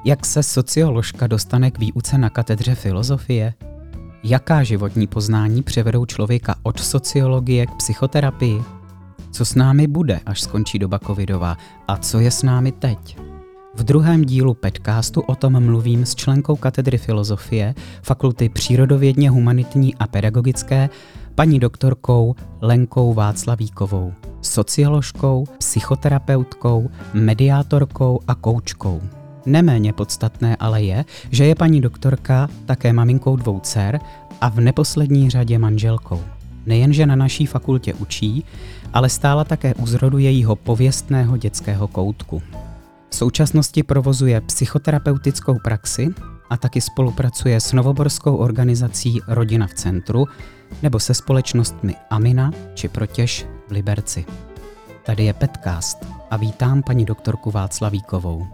Jak se socioložka dostane k výuce na katedře filozofie? Jaká životní poznání přivedou člověka od sociologie k psychoterapii? Co s námi bude, až skončí doba covidová? A co je s námi teď? V druhém dílu podcastu o tom mluvím s členkou katedry filozofie, fakulty přírodovědně humanitní a pedagogické, paní doktorkou Lenkou Václavíkovou, socioložkou, psychoterapeutkou, mediátorkou a koučkou. Neméně podstatné ale je, že je paní doktorka také maminkou 2 dcer a v neposlední řadě manželkou. Nejenže na naší fakultě učí, ale stála také u zrodu jejího pověstného dětského koutku. V současnosti provozuje psychoterapeutickou praxi a taky spolupracuje s novoborskou organizací Rodina v centru nebo se společnostmi Amina či Protěž v Liberci. Tady je podcast a vítám paní doktorku Václavíkovou.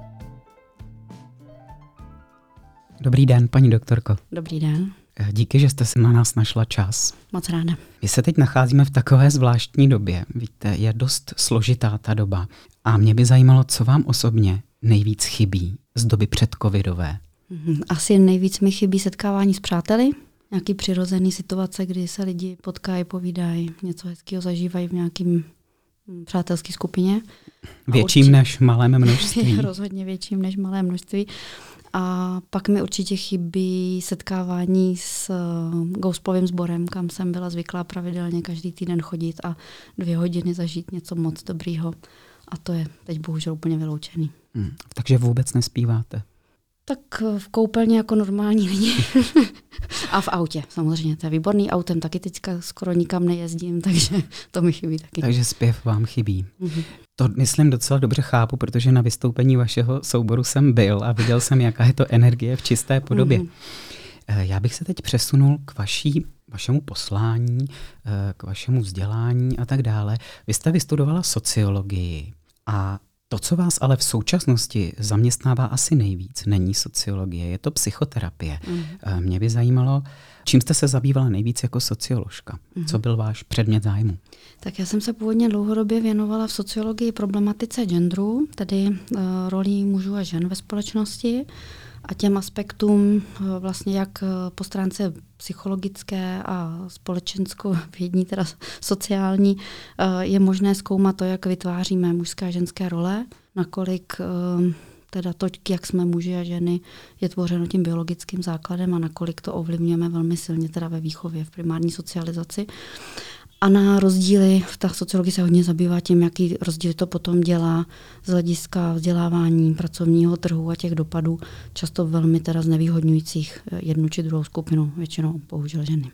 Dobrý den, paní doktorko. Dobrý den. Díky, že jste si na nás našla čas. Moc ráda. My se teď nacházíme v takové zvláštní době. Víte, je dost složitá ta doba. A mě by zajímalo, co vám osobně nejvíc chybí z doby předcovidové. Asi nejvíc mi chybí setkávání s přáteli. Nějaký přirozený situace, kdy se lidi potkají, povídají, něco hezkého zažívají v nějakým přátelské skupině. Větším než malém množství. Rozhodně větším než malé množství. A pak mi určitě chybí setkávání s gosplovým sborem, kam jsem byla zvyklá pravidelně každý týden chodit a 2 hodiny zažít něco moc dobrýho. A to je teď bohužel úplně vyloučený. Takže vůbec nespíváte? Tak v koupelně jako normální lidi. A v autě samozřejmě, to je výborný. Autem taky teďka skoro nikam nejezdím, takže to mi chybí taky. Takže zpěv vám chybí. To myslím docela dobře chápu, protože na vystoupení vašeho souboru jsem byl a viděl jsem, jaká je to energie v čisté podobě. Já bych se teď přesunul k vašemu poslání, k vašemu vzdělání a tak dále. Vy jste vystudovala sociologii a to, co vás ale v současnosti zaměstnává asi nejvíc, není sociologie, je to psychoterapie. Mě by zajímalo, čím jste se zabývala nejvíc jako socioložka? Co byl váš předmět zájmu? Tak já jsem se původně dlouhodobě věnovala v sociologii problematice genderu, tedy rolí mužů a žen ve společnosti a těm aspektům vlastně jak po stránce psychologické a společensko-vědní, teda sociální, je možné zkoumat to, jak vytváříme mužské a ženské role, nakolik teda to, jak jsme muži a ženy, je tvořeno tím biologickým základem a nakolik to ovlivňujeme velmi silně teda ve výchově, v primární socializaci. A na rozdíly, ta sociologie se hodně zabývá tím, jaký rozdíl to potom dělá z hlediska vzdělávání, pracovního trhu a těch dopadů, často velmi teda znevýhodňujících jednu či druhou skupinu, většinou bohužel ženy.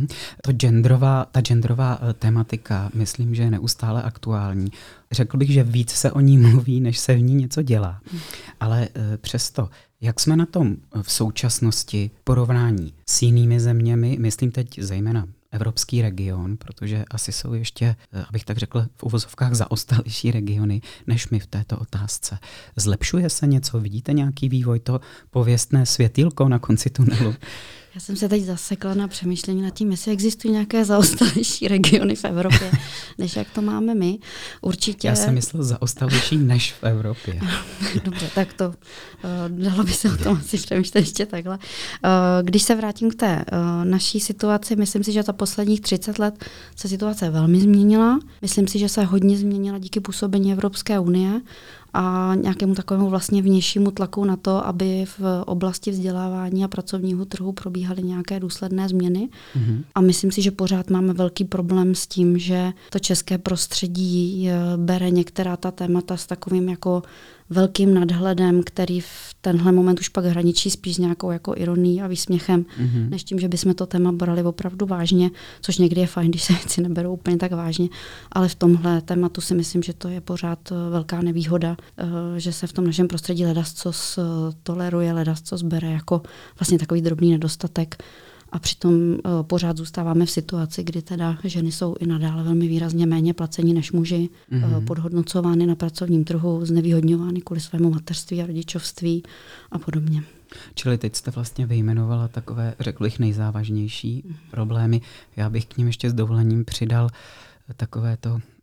Ta genderová tematika, myslím, že je neustále aktuální. Řekl bych, že víc se o ní mluví, než se v ní něco dělá. Ale přesto, jak jsme na tom v současnosti porovnání s jinými zeměmi, myslím teď zejména evropský region, protože asi jsou ještě, abych tak řekl, v uvozovkách zaostalejší regiony, než my v této otázce. Zlepšuje se něco? Vidíte nějaký vývoj, to pověstné světýlko na konci tunelu? Já jsem se teď zasekla na přemýšlení nad tím, jestli existují nějaké zaostalejší regiony v Evropě, než jak to máme my. Určitě. Já jsem myslel zaostalejší než v Evropě. Dobře, tak to dalo by se o tom asi přemýšlet ještě takhle. Když se vrátím k té naší situaci, myslím si, že za posledních 30 let se situace velmi změnila. Myslím si, že se hodně změnila díky působení Evropské unie a nějakému takovému vlastně vnějšímu tlaku na to, aby v oblasti vzdělávání a pracovního trhu probíhaly nějaké důsledné změny. A myslím si, že pořád máme velký problém s tím, že to české prostředí bere některá ta témata s takovým jako velkým nadhledem, který v tenhle moment už pak hraničí spíš s nějakou jako ironií a výsměchem, než tím, že bychom to téma brali opravdu vážně, což někdy je fajn, když se věci neberou úplně tak vážně, ale v tomhle tématu si myslím, že to je pořád velká nevýhoda, že se v tom našem prostředí ledascos toleruje, ledascos bere jako vlastně takový drobný nedostatek. A přitom pořád zůstáváme v situaci, kdy teda ženy jsou i nadále velmi výrazně méně placení než muži, podhodnocovány na pracovním trhu, znevýhodňovány kvůli svému mateřství a rodičovství a podobně. Čili teď jste vlastně vyjmenovala takové, řekl bych, nejzávažnější problémy. Já bych k nim ještě s dovolením přidal takové to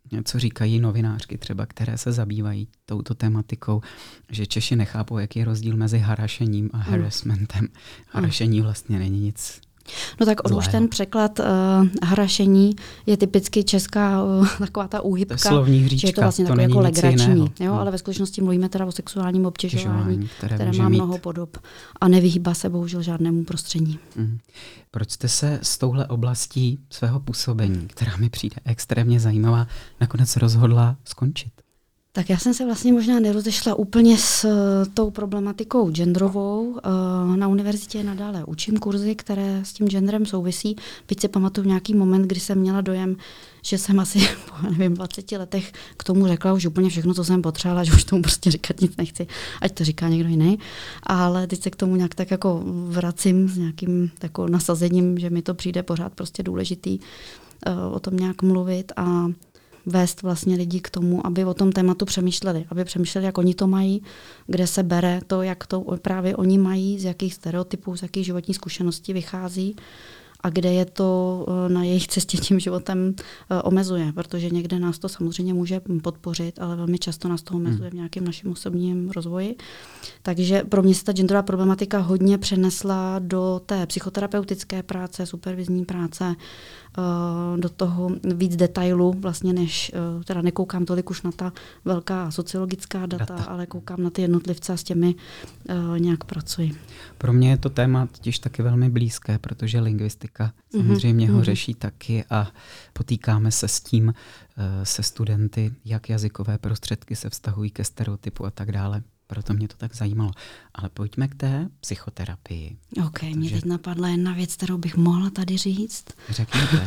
co říkají novinářky třeba, které se zabývají touto tematikou, že Češi nechápou, jaký je rozdíl mezi harašením a harassmentem. Harašení vlastně není nic. No tak on už ten překlad harašení je typicky česká taková ta úhybka, to je slovní hříčka, že je to vlastně to takové jako legrační, jo, no. Ale ve skutečnosti mluvíme teda o sexuálním obtěžování, které má mít mnoho podob a nevyhýbá se bohužel žádnému prostředí. Proč jste se s touhle oblastí svého působení, která mi přijde extrémně zajímavá, nakonec rozhodla skončit? Tak já jsem se vlastně možná nerozešla úplně s tou problematikou genderovou. Na univerzitě nadále učím kurzy, které s tím genderem souvisí. Byť si pamatuju nějaký moment, kdy jsem měla dojem, že jsem asi po 20 letech k tomu řekla už úplně všechno, co jsem potřebovala, že už tomu prostě říkat nic nechci, ať to říká někdo jiný. Ale teď se k tomu nějak tak jako vracím s nějakým takovým nasazením, že mi to přijde pořád prostě důležitý o tom nějak mluvit a vést vlastně lidi k tomu, aby o tom tématu přemýšleli. Aby přemýšleli, jak oni to mají, kde se bere to, jak to právě oni mají, z jakých stereotypů, z jakých životní zkušeností vychází a kde je to na jejich cestě tím životem omezuje. Protože někde nás to samozřejmě může podpořit, ale velmi často nás to omezuje v nějakém našem osobním rozvoji. Takže pro mě se ta genderová problematika hodně přenesla do té psychoterapeutické práce, supervizní práce, do toho víc detailu, vlastně než, teda nekoukám tolik už na ta velká sociologická data. Ale koukám na ty jednotlivce a s těmi nějak pracuji. Pro mě je to téma totiž taky velmi blízké, protože lingvistika samozřejmě ho řeší taky a potýkáme se s tím se studenty, jak jazykové prostředky se vztahují ke stereotypu a tak dále. Proto mě to tak zajímalo. Ale pojďme k té psychoterapii. OK, mě teď napadla jedna věc, kterou bych mohla tady říct. Řekněte.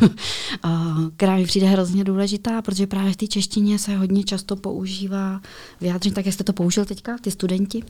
Která mi přijde hrozně důležitá, protože právě v té češtině se hodně často používá vyjádření, tak jak jste to použil teďka, ty studenti.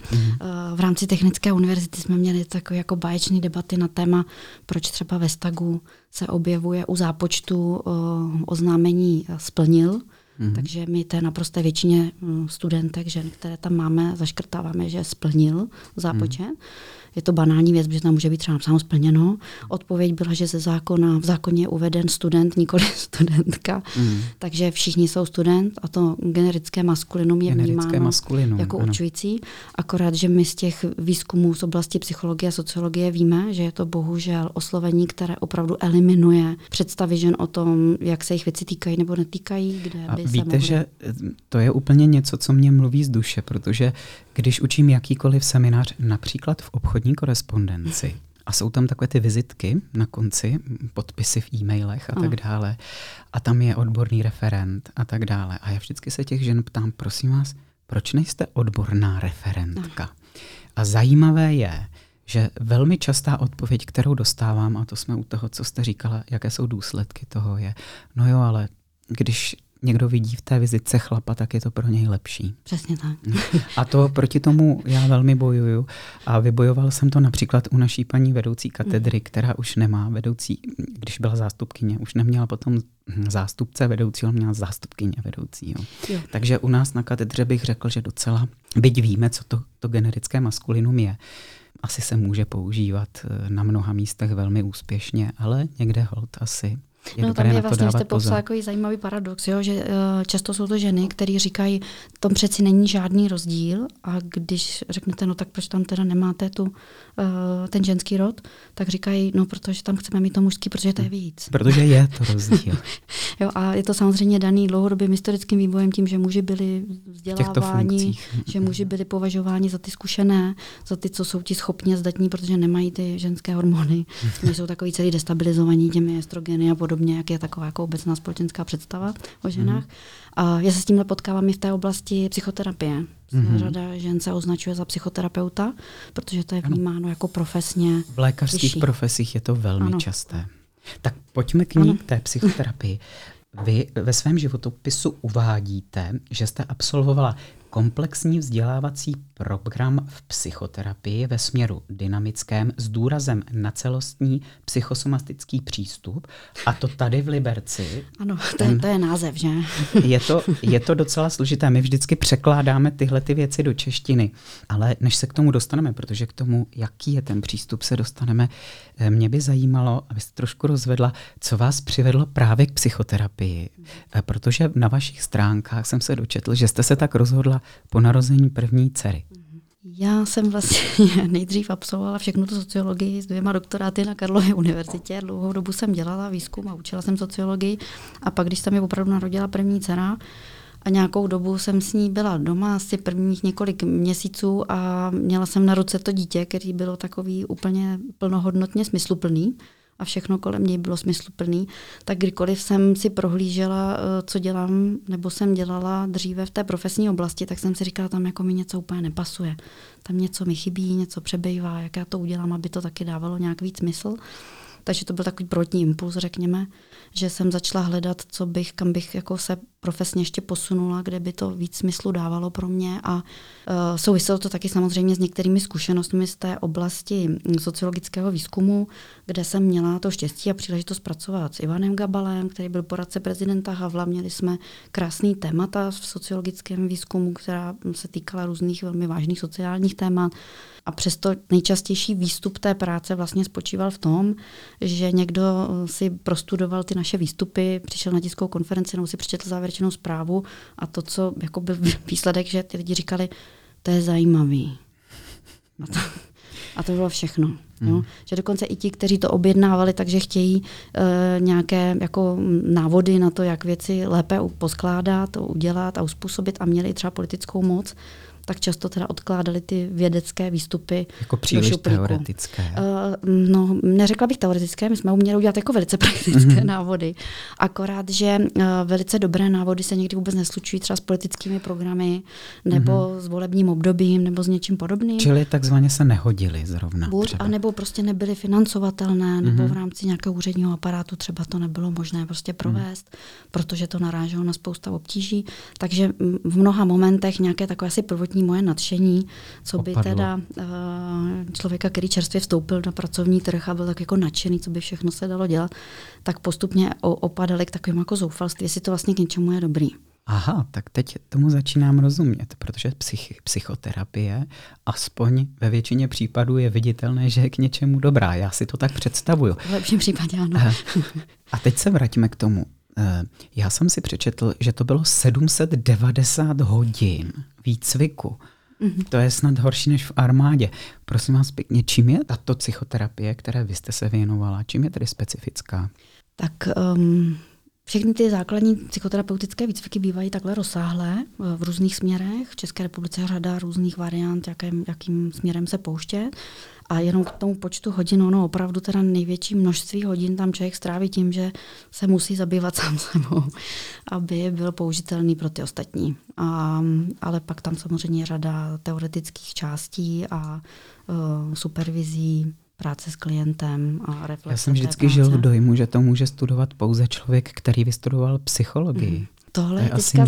V rámci Technické univerzity jsme měli takové jako báječné debaty na téma, proč třeba ve stagu se objevuje u zápočtu oznámení splnil. Takže my té naprosté většině studentek, žen, které tam máme, zaškrtáváme, že splnil zápočet. Je to banální věc, protože tam může být třeba napsáno splněno. Odpověď byla, že v zákoně je uveden student, nikoli studentka. Takže všichni jsou student a to generické maskulinum je vnímáno jako určující. Akorát, že my z těch výzkumů z oblasti psychologie a sociologie víme, že je to bohužel oslovení, které opravdu eliminuje představy žen o tom, jak se jich věci týkají nebo netýkají, kde by se víte, že to je úplně něco, co mě mluví z duše, protože když učím jakýkoliv seminář, například v obchodní korespondenci, a jsou tam takové ty vizitky na konci, podpisy v e-mailech a tak dále, a tam je odborný referent a tak dále. A já vždycky se těch žen ptám, prosím vás, proč nejste odborná referentka? A zajímavé je, že velmi častá odpověď, kterou dostávám, a to jsme u toho, co jste říkala, jaké jsou důsledky toho, je, no jo, ale když někdo vidí v té vizitce chlapa, tak je to pro něj lepší. Přesně tak. A to proti tomu já velmi bojuju. A vybojoval jsem to například u naší paní vedoucí katedry, která už nemá vedoucí, když byla zástupkyně, už neměla potom zástupce vedoucího, měla zástupkyně vedoucího. Takže u nás na katedře bych řekl, že docela, byť víme, co to generické maskulinum je, asi se může používat na mnoha místech velmi úspěšně, ale někde holt asi. No tam je vlastně, jste popsal takový zajímavý paradox, jo, že často jsou to ženy, které říkají, tom přeci není žádný rozdíl a když řeknete, no tak proč tam teda nemáte ten ženský rod, tak říkají, no protože tam chceme mít to mužský, protože to je víc. Protože je to rozdíl. Jo, a je to samozřejmě daný dlouhodobým historickým vývojem tím, že muži byli vzděláváni, že muži byli považováni za ty zkušené, za ty, co jsou ti schopně zdatní, protože nemají ty ženské hormony, nejsou takový celý destabilizovaní těmi estrogeny a podobně, jak je taková jako obecná společenská představa o ženách. A já se s tímhle potkávám i v té oblasti psychoterapie. Řada žen se označuje za psychoterapeuta, protože to je vnímáno jako profesně. V lékařských profesích je to velmi časté. Tak pojďme k ní, k té psychoterapii. Vy ve svém životopisu uvádíte, že jste absolvovala komplexní vzdělávací program v psychoterapii ve směru dynamickém s důrazem na celostní psychosomatický přístup. A to tady v Liberci. Ano, to je název, že? Je to docela složité. My vždycky překládáme tyhle ty věci do češtiny. Ale než se k tomu dostaneme, protože k tomu, jaký je ten přístup, se dostaneme, mě by zajímalo, abyste trošku rozvedla, co vás přivedlo právě k psychoterapii. Protože na vašich stránkách jsem se dočetl, že jste se tak rozhodla po narození první dcery. Já jsem vlastně nejdřív absolvovala všechnu tu sociologii s 2 doktoráty na Karlově univerzitě. Dlouhou dobu jsem dělala výzkum a učila jsem sociologii. A pak, když se mi opravdu narodila první dcera, a nějakou dobu jsem s ní byla doma, asi prvních několik měsíců a měla jsem na ruce to dítě, který bylo takový úplně plnohodnotně smysluplný a všechno kolem něj bylo smysluplný, tak kdykoliv jsem si prohlížela, co dělám, nebo jsem dělala dříve v té profesní oblasti, tak jsem si říkala, tam jako mi něco úplně nepasuje. Tam něco mi chybí, něco přebývá, jak já to udělám, aby to taky dávalo nějak víc smysl. Takže to byl takový prvotní impuls, řekněme, že jsem začala hledat, kam bych jako se profesně ještě posunula, kde by to víc smyslu dávalo pro mě a souviselo to taky samozřejmě s některými zkušenostmi z té oblasti sociologického výzkumu, kde jsem měla to štěstí a příležitost pracovat s Ivanem Gabalem, který byl poradce prezidenta Havla. Měli jsme krásný témata v sociologickém výzkumu, která se týkala různých velmi vážných sociálních témat. A přesto nejčastější výstup té práce vlastně spočíval v tom, že někdo si prostudoval ty naše výstupy, přišel na tiskovou konferenci, nebo si přečetl závěrečnou zprávu a to, co jako byl výsledek, že ty lidi říkali, to je zajímavý. A to bylo všechno. Jo? Že dokonce i ti, kteří to objednávali, takže chtějí nějaké jako návody na to, jak věci lépe poskládat, udělat a uspůsobit a měli třeba politickou moc, tak často teda odkládali ty vědecké výstupy. Jako příliš teoretické. Neřekla bych teoretické, my jsme uměli udělat jako velice praktické návody. Akorát, že velice dobré návody se někdy vůbec neslučují třeba s politickými programy, nebo s volebním obdobím, nebo s něčím podobným. Čili takzvaně se nehodili zrovna. Buď, anebo prostě nebyly financovatelné, nebo v rámci nějakého úředního aparátu třeba to nebylo možné prostě provést, protože to naráželo na spousta obtíží. Takže v mnoha momentech nějaké takové asi prvotní moje nadšení, co by teda člověka, který čerstvě vstoupil na pracovní trh a byl tak jako nadšený, co by všechno se dalo dělat, tak postupně opadaly k takovým jako zoufalství, jestli to vlastně k něčemu je dobrý. Aha, tak teď tomu začínám rozumět, protože psychoterapie aspoň ve většině případů je viditelné, že je k něčemu dobrá. Já si to tak představuju. V lepším případě ano. A teď se vrátíme k tomu. Já jsem si přečetl, že to bylo 790 hodin výcviku. To je snad horší než v armádě. Prosím vás pěkně, čím je tato psychoterapie, které vy jste se věnovala, čím je tedy specifická? Tak všechny ty základní psychoterapeutické výcviky bývají takhle rozsáhlé v různých směrech. V České republice je řada různých variant, jakým směrem se pouštět. A jenom k tomu počtu hodin, ono opravdu teda největší množství hodin tam člověk stráví tím, že se musí zabývat sám sebou, aby byl použitelný pro ty ostatní. Ale pak tam samozřejmě je řada teoretických částí a supervizí, práce s klientem a reflexe. Já jsem vždycky žil v dojmu, že to může studovat pouze člověk, který vystudoval psychologii. Tohle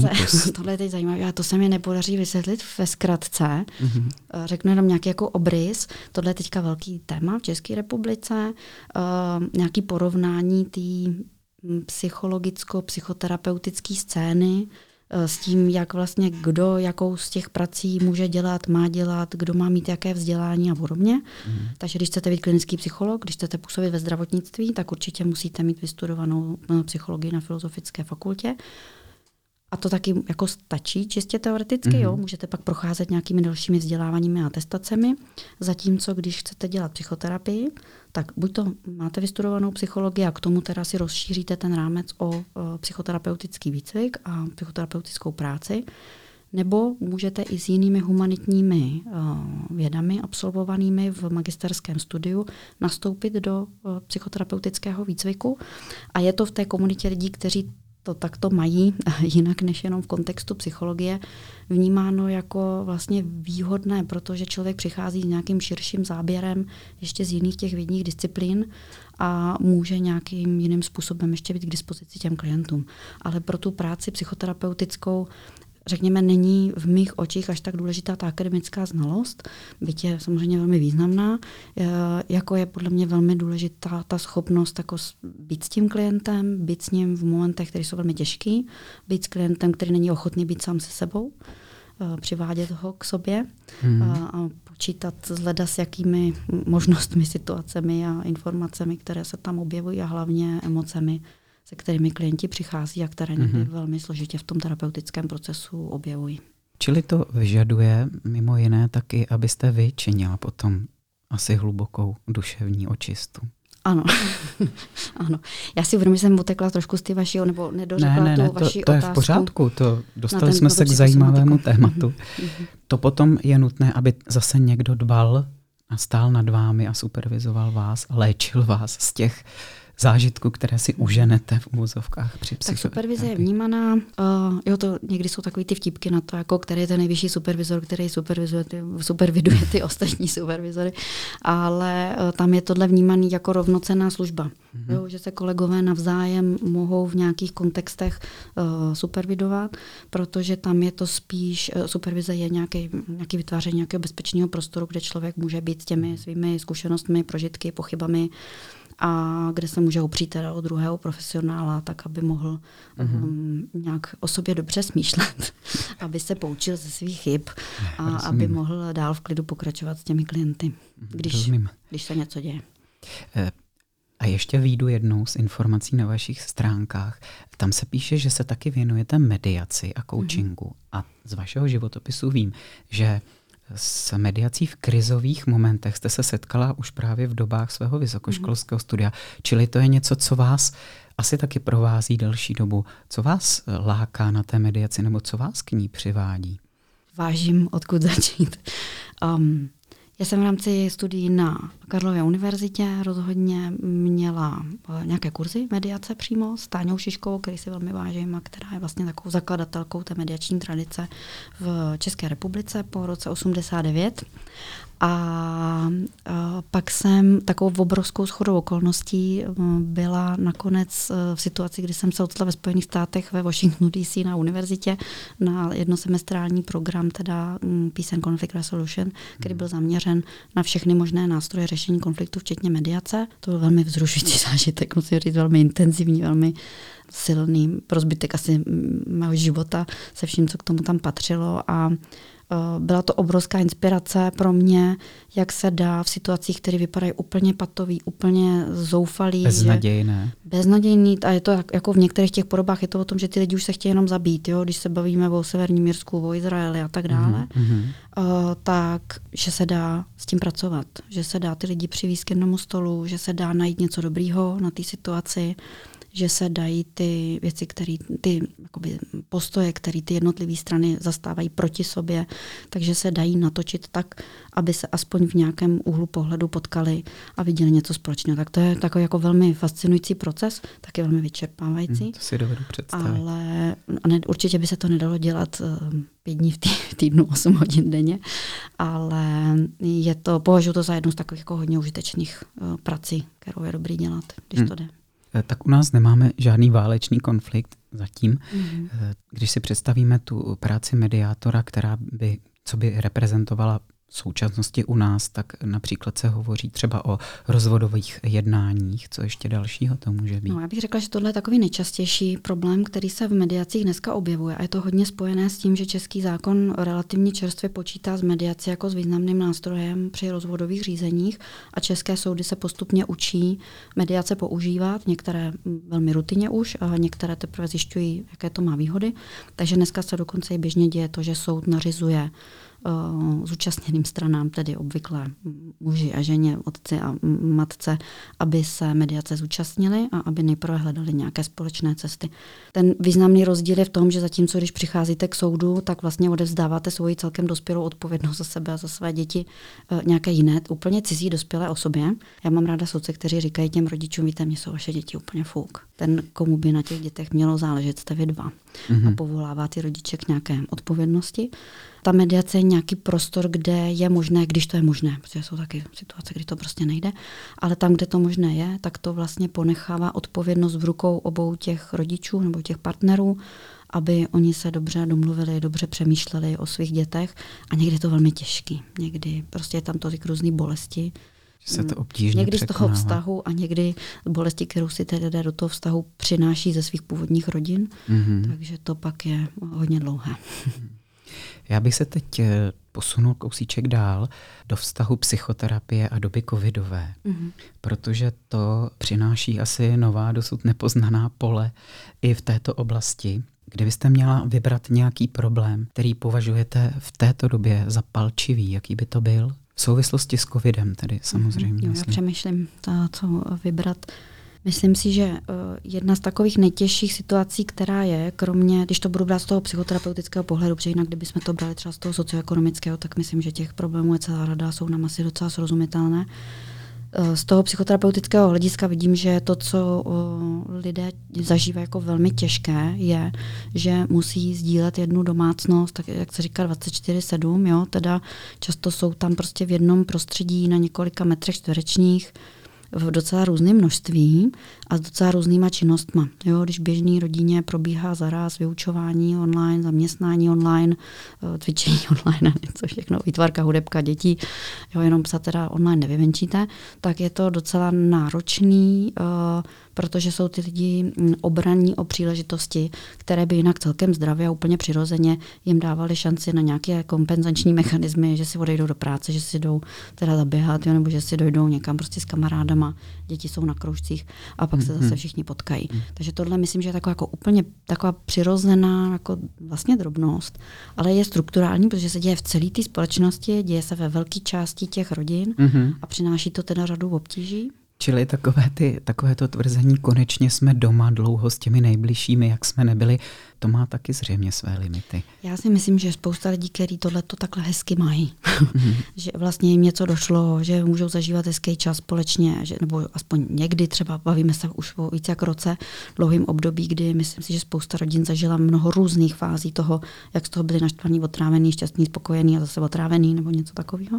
je teď zajímavé. A to se mi nepodaří vysvětlit ve zkratce. Řeknu jenom nějaký jako obrys. Tohle je teďka velký téma v České republice. Nějaké porovnání té psychologicko-psychoterapeutické scény s tím, jak vlastně kdo jakou z těch prací může dělat, má dělat, kdo má mít jaké vzdělání a podobně. Takže když chcete být klinický psycholog, když chcete působit ve zdravotnictví, tak určitě musíte mít vystudovanou psychologii na Filozofické fakultě. A to taky jako stačí čistě teoreticky, jo? Můžete pak procházet nějakými dalšími vzděláváními a atestacemi. Zatímco, když chcete dělat psychoterapii, tak buď to máte vystudovanou psychologii a k tomu teda si rozšíříte ten rámec o psychoterapeutický výcvik a psychoterapeutickou práci, nebo můžete i s jinými humanitními vědami absolvovanými v magisterském studiu nastoupit do psychoterapeutického výcviku. A je to v té komunitě lidí, kteří to takto mají, jinak než jenom v kontextu psychologie, vnímáno jako vlastně výhodné, protože člověk přichází s nějakým širším záběrem ještě z jiných těch vědních disciplín a může nějakým jiným způsobem ještě být k dispozici těm klientům. Ale pro tu práci psychoterapeutickou řekněme, není v mých očích až tak důležitá ta akademická znalost, byť je samozřejmě velmi významná, jako je podle mě velmi důležitá ta schopnost jako být s tím klientem, být s ním v momentech, které jsou velmi těžký, být s klientem, který není ochotný být sám se sebou, přivádět ho k sobě a počítat s jakými možnostmi, situacemi a informacemi, které se tam objevují a hlavně emocemi, se kterými klienti přichází a které někdy velmi složitě v tom terapeutickém procesu objevují. Čili to vyžaduje mimo jiné taky, abyste vy činila potom asi hlubokou duševní očistu. Ano. Ano. Já si uvědomím, že jsem utekla trošku z ty vašího, nebo nedořekla tu vaši otázku. To je v pořádku, dostali jsme se k zajímavému tématu. To potom je nutné, aby zase někdo dbal a stál nad vámi a supervizoval vás a léčil vás z těch zážitků, které si uženete v uvozovkách při psychoterapii. Tak supervize je vnímaná, to někdy jsou takový ty vtípky na to, jako který je ten nejvyšší supervizor, který superviduje ty ostatní supervizory, ale tam je tohle vnímaný jako rovnocenná služba. Jo, že se kolegové navzájem mohou v nějakých kontextech supervidovat, protože tam je to spíš, supervize je nějaký vytváření nějakého bezpečného prostoru, kde člověk může být s těmi svými zkušenostmi, prožitky, pochybami, a kde se může opřít teda o druhého profesionála, tak aby mohl nějak o sobě dobře smýšlet, aby se poučil ze svých chyb a aby mohl dál v klidu pokračovat s těmi klienty, když se něco děje. A ještě vyjdu jednou z informací na vašich stránkách. Tam se píše, že se taky věnujete mediaci a coachingu. A z vašeho životopisu vím, že s mediací v krizových momentech jste se setkala už právě v dobách svého vysokoškolského studia. Čili to je něco, co vás asi taky provází delší dobu. Co vás láká na té mediaci nebo co vás k ní přivádí? Vážím, odkud začít. Já jsem v rámci studií na Karlově univerzitě rozhodně měla nějaké kurzy mediace přímo s Táňou Šiškovou, který si velmi vážím a která je vlastně takovou zakladatelkou té mediační tradice v České republice po roce 89. A pak jsem takovou obrovskou shodou okolností byla nakonec v situaci, kdy jsem se odstala ve Spojených státech ve Washingtonu DC na univerzitě na jednosemestrální program, teda Peace and Conflict Resolution, který byl zaměřen na všechny možné nástroje řešení konfliktu, včetně mediace. To byl velmi vzrušující zážitek, musím říct, velmi intenzivní, velmi silný pro zbytek asi mého života se vším, co k tomu tam patřilo, a byla to obrovská inspirace pro mě, jak se dá v situacích, které vypadají úplně patový, úplně zoufalý. Beznadějný. A je to jako v některých těch podobách, je to o tom, že ty lidi už se chtějí jenom zabít, jo? Když se bavíme o Severním Irsku, o Izraeli a tak dále, tak, že se dá s tím pracovat, že se dá ty lidi přivést k jednomu stolu, že se dá najít něco dobrýho na té situaci, že se dají ty věci, ty postoje, které ty jednotlivé strany zastávají proti sobě, takže se dají natočit tak, aby se aspoň v nějakém úhlu pohledu potkali a viděli něco společného. Tak to je takový jako velmi fascinující proces, taky velmi vyčerpávající. To si dovedu představit. Ale určitě by se to nedalo dělat 5 dní v týdnu, 8 hodin denně, ale považuji to za jednu z takových jako hodně užitečných prací, kterou je dobrý dělat, když to jde. Tak u nás nemáme žádný válečný konflikt zatím. Když si představíme tu práci mediátora, co by reprezentovala v současnosti u nás, tak například se hovoří třeba o rozvodových jednáních. Co ještě dalšího to může být? Já bych řekla, že tohle je takový nejčastější problém, který se v mediacích dneska objevuje. A je to hodně spojené s tím, že český zákon relativně čerstvě počítá s mediací jako s významným nástrojem při rozvodových řízeních a české soudy se postupně učí mediace používat, některé velmi rutině už, a některé teprve zjišťují, jaké to má výhody. Takže dneska se dokonce i běžně děje to, že soud nařizuje zúčastněným stranám, tedy obvykle muži a ženě, otci a matce, aby se mediace zúčastnili a aby nejprve hledali nějaké společné cesty. Ten významný rozdíl je v tom, že zatímco když přicházíte k soudu, tak vlastně odevzdáváte svoji celkem dospělou odpovědnost za sebe a za své děti nějaké jiné, úplně cizí dospělé osobě. Já mám ráda soudce, kteří říkají těm rodičům, víte, mě jsou vaše děti úplně fuk. Ten, komu by na těch dětech mělo záležet, jste vy dva. A povolává ty rodiče k nějaké odpovědnosti. Ta mediace je nějaký prostor, kde je možné, když to je možné, protože jsou taky situace, kdy to prostě nejde, ale tam, kde to možné je, tak to vlastně ponechává odpovědnost v rukou obou těch rodičů nebo těch partnerů aby oni se dobře domluvili, dobře přemýšleli o svých dětech a někdy je to velmi těžký. Někdy prostě je tam tolik různý bolesti. Se to obtížně někdy překonává. Z toho vztahu a někdy bolesti, kterou si tedy do toho vztahu přináší ze svých původních rodin. Takže to pak je hodně dlouhé. Já bych se teď posunul kousíček dál do vztahu psychoterapie a doby covidové, protože to přináší asi nová, dosud nepoznaná pole i v této oblasti. Kdybyste měla vybrat nějaký problém, který považujete v této době za palčivý, jaký by to byl? V souvislosti s covidem tedy samozřejmě. Já přemýšlím, co vybrat. Myslím si, že jedna z takových nejtěžších situací, která je, kromě, když to budu brát z toho psychoterapeutického pohledu, protože jinak kdybychom to brali třeba z toho socioekonomického, tak myslím, že těch problémů je celá rada, jsou nám asi docela srozumitelné. Z toho psychoterapeutického hlediska vidím, že to, co lidé zažívají jako velmi těžké, je, že musí sdílet jednu domácnost, tak jak se říká 24/7, jo, teda často jsou tam prostě v jednom prostředí na několika metrech čtverečních, v docela různém množství a s docela různýma činnostma. Jo, když v běžné rodině probíhá zaraz vyučování online, zaměstnání online, cvičení online, něco všechno, výtvarka, hudebka, děti, jo, jenom psa teda online nevyvenčíte, tak je to docela náročný, protože jsou ty lidi obranní o příležitosti, které by jinak celkem zdravě a úplně přirozeně jim dávaly šanci na nějaké kompenzační mechanismy, že si odejdou do práce, že si jdou teda zaběhat, jo, nebo že si dojdou někam prostě s kamarádama, děti jsou na kroužcích a pak se zase všichni potkají. Takže tohle myslím, že je taková jako úplně taková přirozená jako vlastně drobnost, ale je strukturální, protože se děje v celé té společnosti, děje se ve velké části těch rodin a přináší to teda řadu obtíží. Čili takovéto tvrzení, konečně jsme doma dlouho s těmi nejbližšími, jak jsme nebyli, to má taky zřejmě své limity. Já si myslím, že spousta lidí, kteří tohleto takhle hezky mají, že vlastně jim něco došlo, že můžou zažívat hezký čas společně, že, nebo aspoň někdy třeba bavíme se už o více jak roce, dlouhým období, kdy myslím si, že spousta rodin zažila mnoho různých fází toho, jak z toho byli naštvaný, otrávený, šťastný, spokojený a zase otrávený nebo něco takového.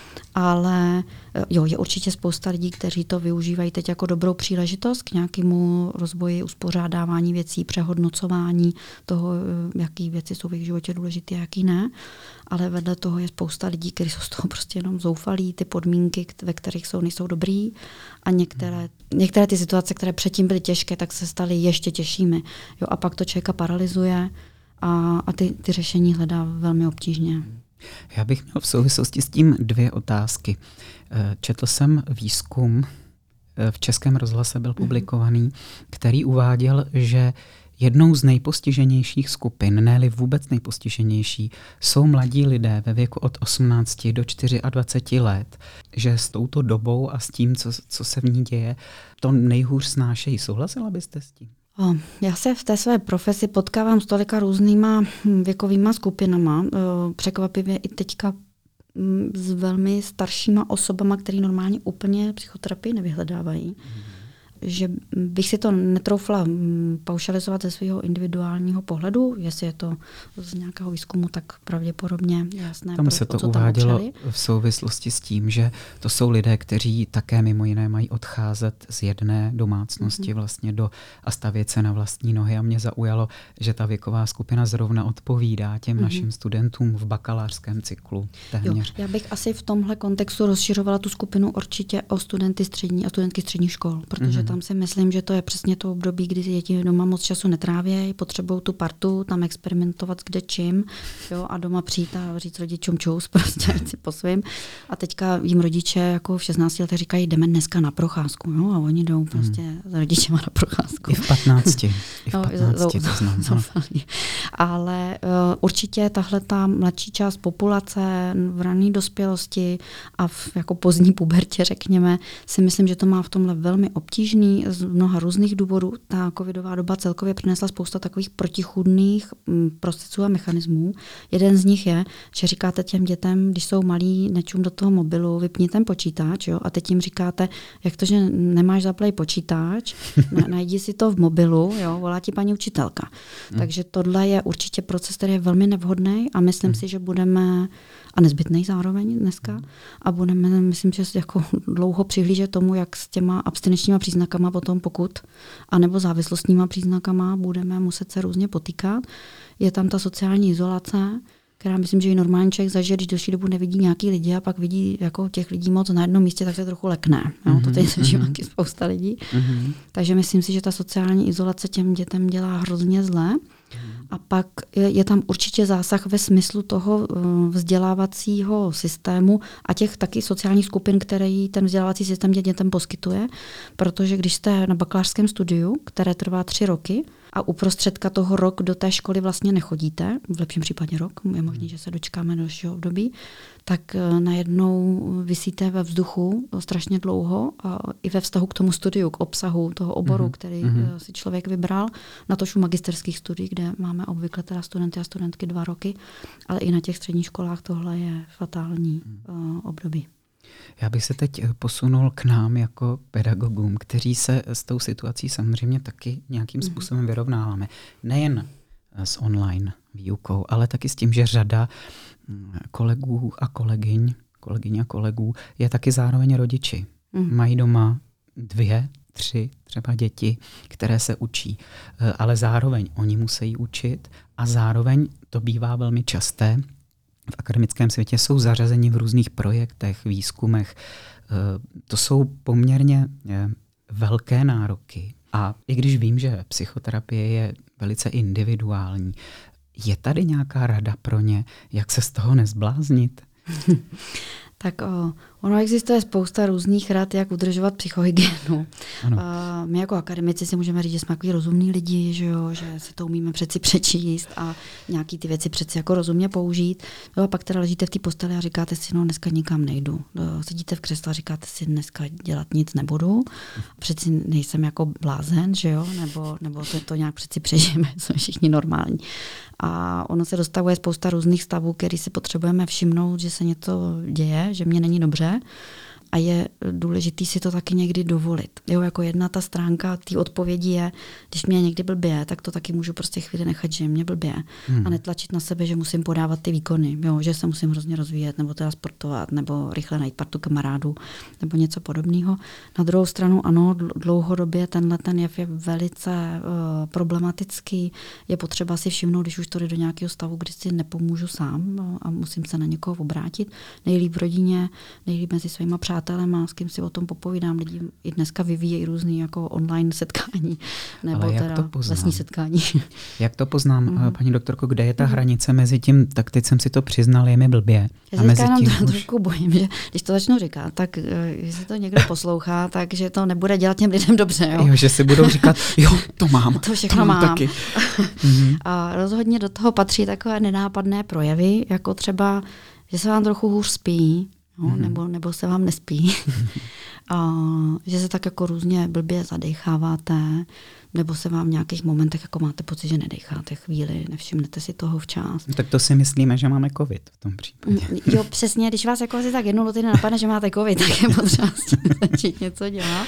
Ale jo, je určitě spousta lidí, kteří to využívají teď jako dobrou příležitost k nějakému rozvoji, uspořádávání věcí, přehodnocování toho, jaký věci jsou v jejich životě důležité a jaký ne. Ale vedle toho je spousta lidí, kteří jsou z toho prostě jenom zoufalí, ty podmínky, ve kterých jsou, nejsou dobrý a některé ty situace, které předtím byly těžké, tak se staly ještě těžšími. Jo, a pak to člověka paralyzuje a ty řešení hledá velmi obtížně. Já bych měl v souvislosti s tím dvě otázky. Četl jsem výzkum, v Českém rozhlase byl publikovaný, který uváděl, že jednou z nejpostiženějších skupin, ne-li vůbec nejpostiženější, jsou mladí lidé ve věku od 18 do 24 let, že s touto dobou a s tím, co se v ní děje, to nejhůř snášejí. Souhlasila byste s tím? Já se v té své profesi potkávám s tolika různýma věkovýma skupinama. Překvapivě i teďka s velmi staršíma osobama, který normálně úplně psychoterapii nevyhledávají. Že bych si to netroufla paušalizovat ze svého individuálního pohledu, jestli je to z nějakého výzkumu, tak pravděpodobně jasné. Tam se to uvádělo v souvislosti s tím, že to jsou lidé, kteří také mimo jiné mají odcházet z jedné domácnosti vlastně a stavět se na vlastní nohy. A mě zaujalo, že ta věková skupina zrovna odpovídá těm našim studentům v bakalářském cyklu téměř. Jo, já bych asi v tomhle kontextu rozšiřovala tu skupinu určitě o studenty střední a studentky středních škol, protože tam si myslím, že to je přesně to období, kdy děti doma moc času netrávějí, potřebují tu partu, tam experimentovat kde čím, jo, a doma přijít a říct rodičům čus, prostě si po svým. A teďka jim rodiče jako v 16 letech říkají, jdeme dneska na procházku, jo, a oni jdou prostě s rodičema na procházku. I v 15. To znám. Ale určitě tahle ta mladší část populace v rané dospělosti a v jako pozdní pubertě, řekněme, si myslím, že to má v tomhle velmi obtížný z mnoha různých důvodů. Ta covidová doba celkově přinesla spousta takových protichůdných procesů a mechanismů. Jeden z nich je, že říkáte těm dětem, když jsou malí, nečum do toho mobilu, vypni ten počítač, jo, a teď jim říkáte, jak to, že nemáš zaplej počítač, najdi si to v mobilu, jo, volá ti paní učitelka. Takže tohle je určitě proces, který je velmi nevhodný a myslím si, že budeme a nezbytný zároveň dneska a budeme, myslím, že jako dlouho přihlížet tomu, jak s těma abstinenčníma příznaky příznakama potom, anebo závislostníma příznakama budeme muset se různě potýkat. Je tam ta sociální izolace, která myslím, že i normální člověk zažije, když delší dobu nevidí nějaký lidi a pak vidí jako těch lidí moc na jednom místě, tak se trochu lekne. To teď zažívá spousta lidí. Takže myslím si, že ta sociální izolace těm dětem dělá hrozně zle. A pak je tam určitě zásah ve smyslu toho vzdělávacího systému a těch taky sociálních skupin, které ten vzdělávací systém dětem poskytuje, protože když jste na bakalářském studiu, které trvá 3 roky, a uprostředka toho rok do té školy vlastně nechodíte, v lepším případě rok, je možné, že se dočkáme dalšího období, tak najednou visíte ve vzduchu strašně dlouho a i ve vztahu k tomu studiu, k obsahu toho oboru, který si člověk vybral, na tož u magisterských studií, kde máme obvykle teda studenty a studentky 2 roky, ale i na těch středních školách tohle je fatální období. Já bych se teď posunul k nám jako pedagogům, kteří se s tou situací samozřejmě taky nějakým způsobem vyrovnáváme. Nejen s online výukou, ale taky s tím, že řada kolegů a kolegyň a kolegů je taky zároveň rodiči. Mají doma 2, 3 třeba děti, které se učí, ale zároveň oni musí učit a zároveň to bývá velmi časté. V akademickém světě jsou zařazeni v různých projektech, výzkumech. To jsou poměrně velké nároky. A i když vím, že psychoterapie je velice individuální, je tady nějaká rada pro ně, jak se z toho nezbláznit? Tak ono existuje spousta různých rad, jak udržovat psychohygienu. My jako akademici si můžeme říct, že jsme takový rozumní lidi, že si to umíme přeci přečíst a nějaký ty věci přeci jako rozumně použít. A pak teda ležíte v té posteli a říkáte si, dneska nikam nejdu. Sedíte v křesle a říkáte si, dneska dělat nic nebudu. Přeci nejsem jako blázen, že jo? Nebo to nějak přeci přežijeme, jsme všichni normální. A ono se dostavuje spousta různých stavů, který si potřebujeme všimnout, že se něco děje, že mě není dobře. A je důležitý si to taky někdy dovolit. Jo, jako jedna ta stránka té odpovědi je, když mě někdy blbě, tak to taky můžu prostě chvíli nechat, že mě blbě. A netlačit na sebe, že musím podávat ty výkony, jo, že se musím hrozně rozvíjet, nebo teda sportovat, nebo rychle najít partu kamarádů, nebo něco podobného. Na druhou stranu, ano, dlouhodobě ten jev je velice problematický. Je potřeba si všimnout, když už to jde do nějakého stavu, kdy si nepomůžu sám a musím se na někoho obrátit. Nejlíp v rodině, nejlíp mezi svýma přátelema, s kým si o tom popovídám. Lidi i dneska vyvíjejí různý jako online setkání, nebo teda lesní setkání. Jak to poznám, paní doktorko, kde je ta hranice mezi tím, tak teď jsem si to přiznal, je mi blbě. Já se jenom trošku bojím, že když to začnu říkat, tak jestli to někdo poslouchá, takže to nebude dělat těm lidem dobře. Jo, že si budou říkat, jo, to mám. To všechno mám. Taky. A rozhodně do toho patří takové nenápadné projevy, jako třeba, že se vám trochu hůř spí, nebo se vám nespí. Že se tak jako různě blbě zadecháváte, nebo se vám v nějakých momentech jako máte pocit, že nedecháte chvíli, nevšimnete si toho včas. Tak to si myslíme, že máme covid v tom případě. Jo, přesně, když vás jako asi tak jednou do týdne napadne, že máte covid, tak je potřeba začít něco dělat.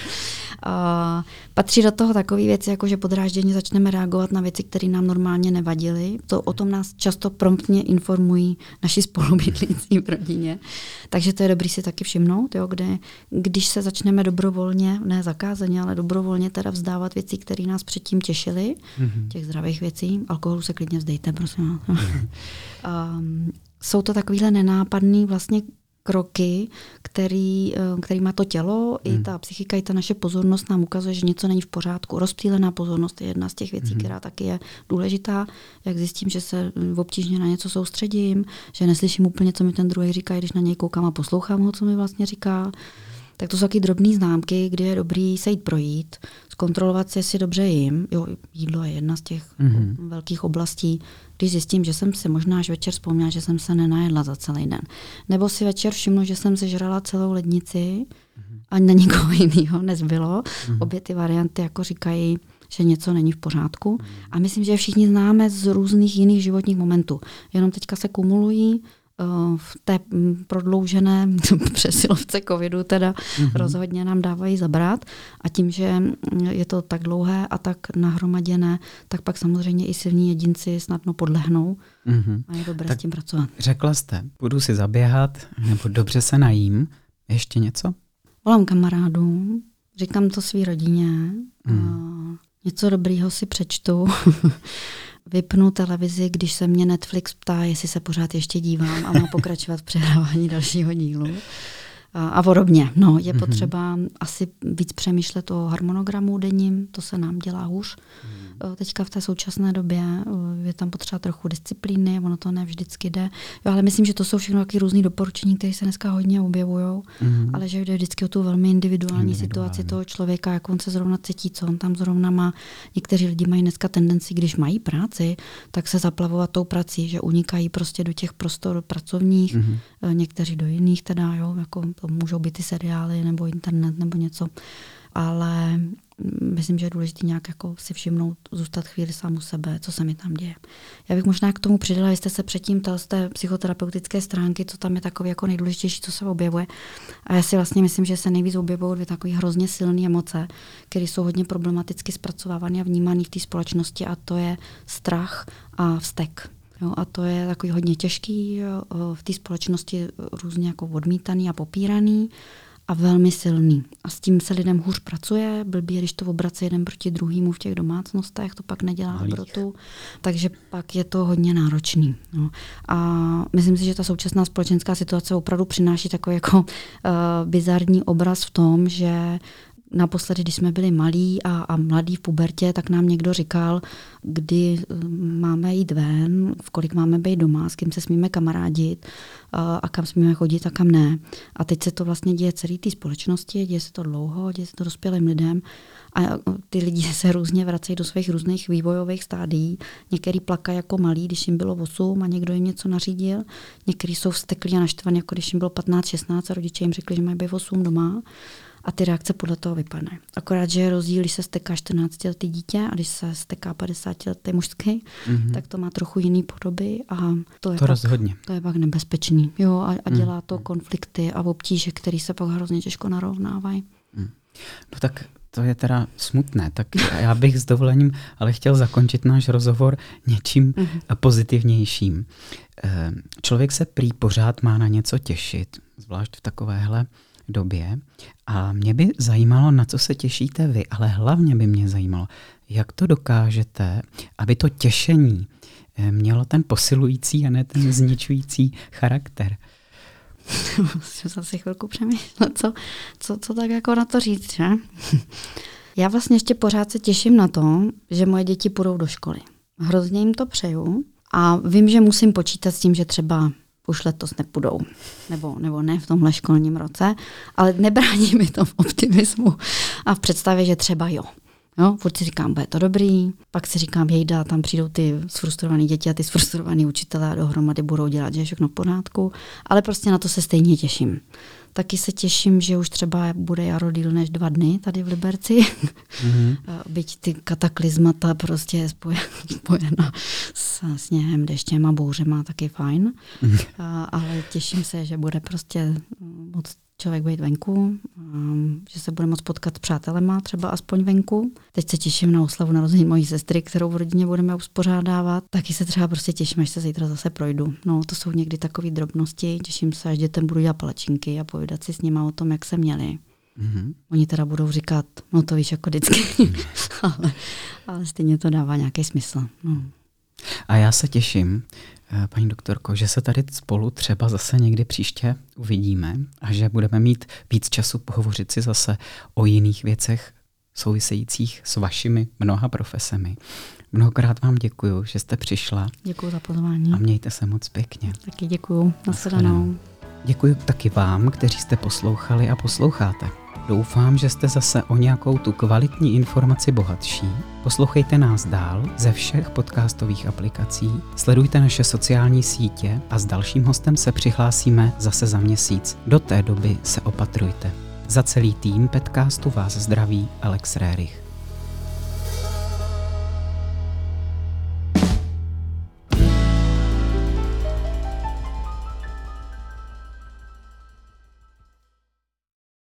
Patří do toho takové věci, jako že podrážděně začneme reagovat na věci, které nám normálně nevadily. O tom nás často promptně informují naši spolubydlící v rodině. Takže to je dobrý si taky všimnout, jo, když se začneme dobrovolně, ne zakázaně, ale dobrovolně teda vzdávat věcí, které nás předtím těšily, těch zdravých věcí. Alkoholu se klidně vzdejte, prosím. Jsou to takovýhle nenápadný vlastně kroky, který má to tělo, i ta psychika, i ta naše pozornost nám ukazuje, že něco není v pořádku. Rozptýlená pozornost je jedna z těch věcí, která taky je důležitá. Jak zjistím, že se obtížně na něco soustředím, že neslyším úplně, co mi ten druhý říká, když na něj koukám a poslouchám ho, co mi vlastně říká. Tak to jsou taky drobné známky, kdy je dobrý se jít projít, zkontrolovat si, jestli dobře jim. Jo, jídlo je jedna z těch velkých oblastí. Když zjistím, že jsem si možná až večer vzpomněla, že jsem se nenajedla za celý den. Nebo si večer všimnu, že jsem sežrala celou lednici a na nikoho jiného nezbylo. Obě ty varianty jako říkají, že něco není v pořádku. A myslím, že všichni známe z různých jiných životních momentů. Jenom teďka se kumulují v té prodloužené přesilovce covidu teda rozhodně nám dávají zabrat a tím, že je to tak dlouhé a tak nahromaděné, tak pak samozřejmě i silní jedinci snadno podlehnou a je dobré s tím pracovat. Řekla jste, budu si zaběhat nebo dobře se najím. Ještě něco? Volám kamarádům, Říkám to svý rodině. Něco dobrýho si přečtu. Vypnu televizi, když se mě Netflix ptá, jestli se pořád ještě dívám a má pokračovat v přehrávání dalšího dílu. A podobně. No, je potřeba asi víc přemýšlet o harmonogramu denním, to se nám dělá hůř. Teďka v té současné době je tam potřeba trochu disciplíny, ono to ne vždycky jde. Jo, ale myslím, že to jsou všechno taky různý doporučení, které se dneska hodně objevují, ale že jde vždycky o tu velmi individuální situaci toho člověka, jak on se zrovna cítí, co on tam zrovna má. Někteří lidi mají dneska tendenci, když mají práci, tak se zaplavovat tou prací, že unikají prostě do těch prostor pracovních, někteří do jiných teda, jo, jako to můžou být ty seriály nebo internet nebo něco. Ale myslím, že je důležité nějak jako si všimnout, zůstat chvíli sám u sebe, co se mi tam děje. Já bych možná k tomu přidala, jste se předtím ptal z té psychoterapeutické stránky, co tam je takové jako nejdůležitější, co se objevuje. A já si vlastně myslím, že se nejvíc objevují dvě takové hrozně silné emoce, které jsou hodně problematicky zpracovávané a vnímané v té společnosti, a to je strach a vztek. Jo, a to je takový hodně těžký, v té společnosti různě jako odmítaný a popíraný a velmi silný. A s tím se lidem hůř pracuje, blbě, když to obrací jeden proti druhému v těch domácnostech, to pak nedělá dobrotu, takže pak je to hodně náročný. No. A myslím si, že ta současná společenská situace opravdu přináší takový jako bizarní obraz v tom, že naposledy, když jsme byli malí a mladí v pubertě, tak nám někdo říkal, kdy máme jít ven, v kolik máme být doma, s kým se smíme kamarádit a kam smíme chodit a kam ne. A teď se to vlastně děje celé té společnosti, děje se to dlouho, děje se to dospělým lidem a ty lidi se různě vracejí do svých různých vývojových stádií. Některý plakají jako malí, když jim bylo 8 a někdo jim něco nařídil. Některý jsou vzteklí a naštvaní, jako když jim bylo 15-16 a rodiče jim řekli, že mají být 8 doma. A ty reakce podle toho vypadají. Akorát, že je rozdíl, když se steká 14letý dítě a když se steká 50letý mužský, tak to má trochu jiný podoby a to je pak nebezpečný. Jo, a dělá to konflikty a obtíže, které se pak hrozně těžko narovnávají. No tak to je teda smutné. Tak já bych s dovolením ale chtěl zakončit náš rozhovor něčím pozitivnějším. Člověk se prý pořád má na něco těšit, zvlášť v takovéhle době. A mě by zajímalo, na co se těšíte vy, ale hlavně by mě zajímalo, jak to dokážete, aby to těšení mělo ten posilující a ne ten zničující charakter. Musím zase chvilku přemýšlet, co tak jako na to říct, že? Já vlastně ještě pořád se těším na to, že moje děti půjdou do školy. Hrozně jim to přeju a vím, že musím počítat s tím, že třeba už letos nepůjdou, nebo ne v tomhle školním roce, ale nebrání mi to v optimismu a v představě, že třeba jo. Furt si říkám, bude to dobrý, pak si říkám, jejda, tam přijdou ty sfrustrované děti a ty sfrustrovaní učitelé a dohromady budou dělat, že je všechno v pořádku, ale prostě na to se stejně těším. Taky se těším, že už třeba bude jaro díl než 2 dny tady v Liberci. Byť ty kataklizmata prostě je spojena s sněhem, deštěm a bouřema, taky fajn. Ale těším se, že bude prostě moc člověk být venku, že se bude moc potkat s přátelema, třeba aspoň venku. Teď se těším na oslavu narození mojí sestry, kterou v rodině budeme uspořádávat. Taky se třeba prostě těším, až se zítra zase projdu. No, to jsou někdy takové drobnosti. Těším se, až dětem budu dělat palačinky a povídat si s nima o tom, jak se měli. Oni teda budou říkat, no to víš jako vždycky, ale stejně to dává nějaký smysl. No. A já se těším, paní doktorko, že se tady spolu třeba zase někdy příště uvidíme a že budeme mít víc času pohovořit si zase o jiných věcech souvisejících s vašimi mnoha profesemi. Mnohokrát vám děkuju, že jste přišla. Děkuju za pozvání. A mějte se moc pěkně. Taky děkuju. Nashledanou. Děkuji taky vám, kteří jste poslouchali a posloucháte. Doufám, že jste zase o nějakou tu kvalitní informaci bohatší. Poslouchejte nás dál ze všech podcastových aplikací, sledujte naše sociální sítě a s dalším hostem se přihlásíme zase za měsíc. Do té doby se opatrujte. Za celý tým podcastu vás zdraví Alex Rérich.